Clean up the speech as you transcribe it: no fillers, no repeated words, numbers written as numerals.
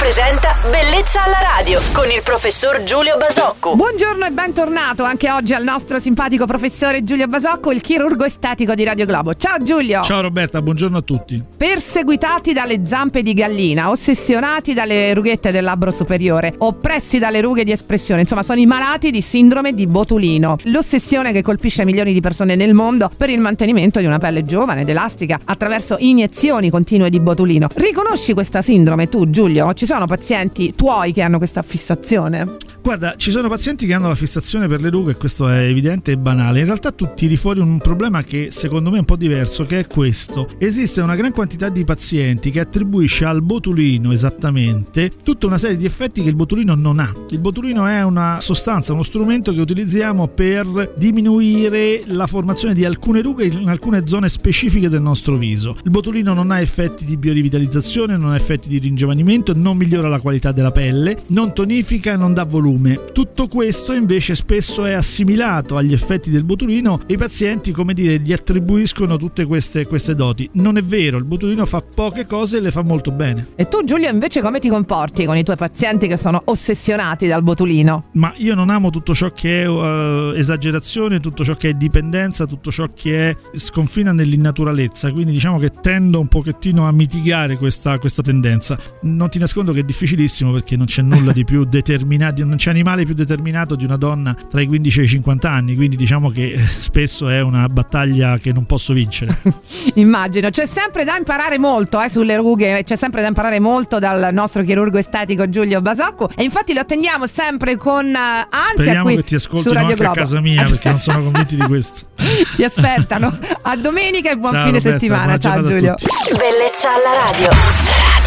presenta Bellezza alla radio con il professor Giulio Basocco. Buongiorno e bentornato anche oggi al nostro simpatico professore Giulio Basocco, il chirurgo estetico di Radio Globo. Ciao Giulio. Ciao Roberta, buongiorno a tutti. Perseguitati dalle zampe di gallina, ossessionati dalle rughette del labbro superiore, oppressi dalle rughe di espressione, insomma sono i malati di sindrome di botulino, l'ossessione che colpisce milioni di persone nel mondo per il mantenimento di una pelle giovane ed elastica attraverso iniezioni continue di botulino. Riconosci questa sindrome tu, Giulio? Ci sono pazienti tuoi che hanno questa fissazione? Guarda, ci sono pazienti che hanno la fissazione per le rughe, questo è evidente e banale. In realtà tu tiri fuori un problema che secondo me è un po' diverso, che è questo. Esiste una gran quantità di pazienti che attribuisce al botulino esattamente tutta una serie di effetti che il botulino non ha. Il botulino è una sostanza, uno strumento che utilizziamo per diminuire la formazione di alcune rughe in alcune zone specifiche del nostro viso. Il botulino non ha effetti di biorivitalizzazione, non ha effetti di ringiovanimento, non migliora la qualità della pelle, non tonifica e non dà volume. Tutto questo invece spesso è assimilato agli effetti del botulino e i pazienti, come dire, gli attribuiscono tutte queste doti. Non è vero, il botulino fa poche cose e le fa molto bene. E tu, Giulio, invece come ti comporti con i tuoi pazienti che sono ossessionati dal botulino? Ma io non amo tutto ciò che è esagerazione, tutto ciò che è dipendenza, tutto ciò che è sconfina nell'innaturalezza, quindi diciamo che tendo un pochettino a mitigare questa tendenza. Non ti nascondo che è difficilissimo perché non c'è nulla di più determinato, non c'è animale più determinato di una donna tra i 15 e i 50 anni, quindi diciamo che spesso è una battaglia che non posso vincere. Immagino, c'è sempre da imparare molto sulle rughe, c'è sempre da imparare molto dal nostro chirurgo estetico Giulio Basocco e infatti lo attendiamo sempre con ansia. Speriamo qui che ti ascoltino su Radio anche Globo. A casa mia perché non sono convinti di questo. Ti aspettano a domenica e buon Ciao, fine Roberta, settimana. buona Ciao giornata a Giulio. Bellezza alla radio.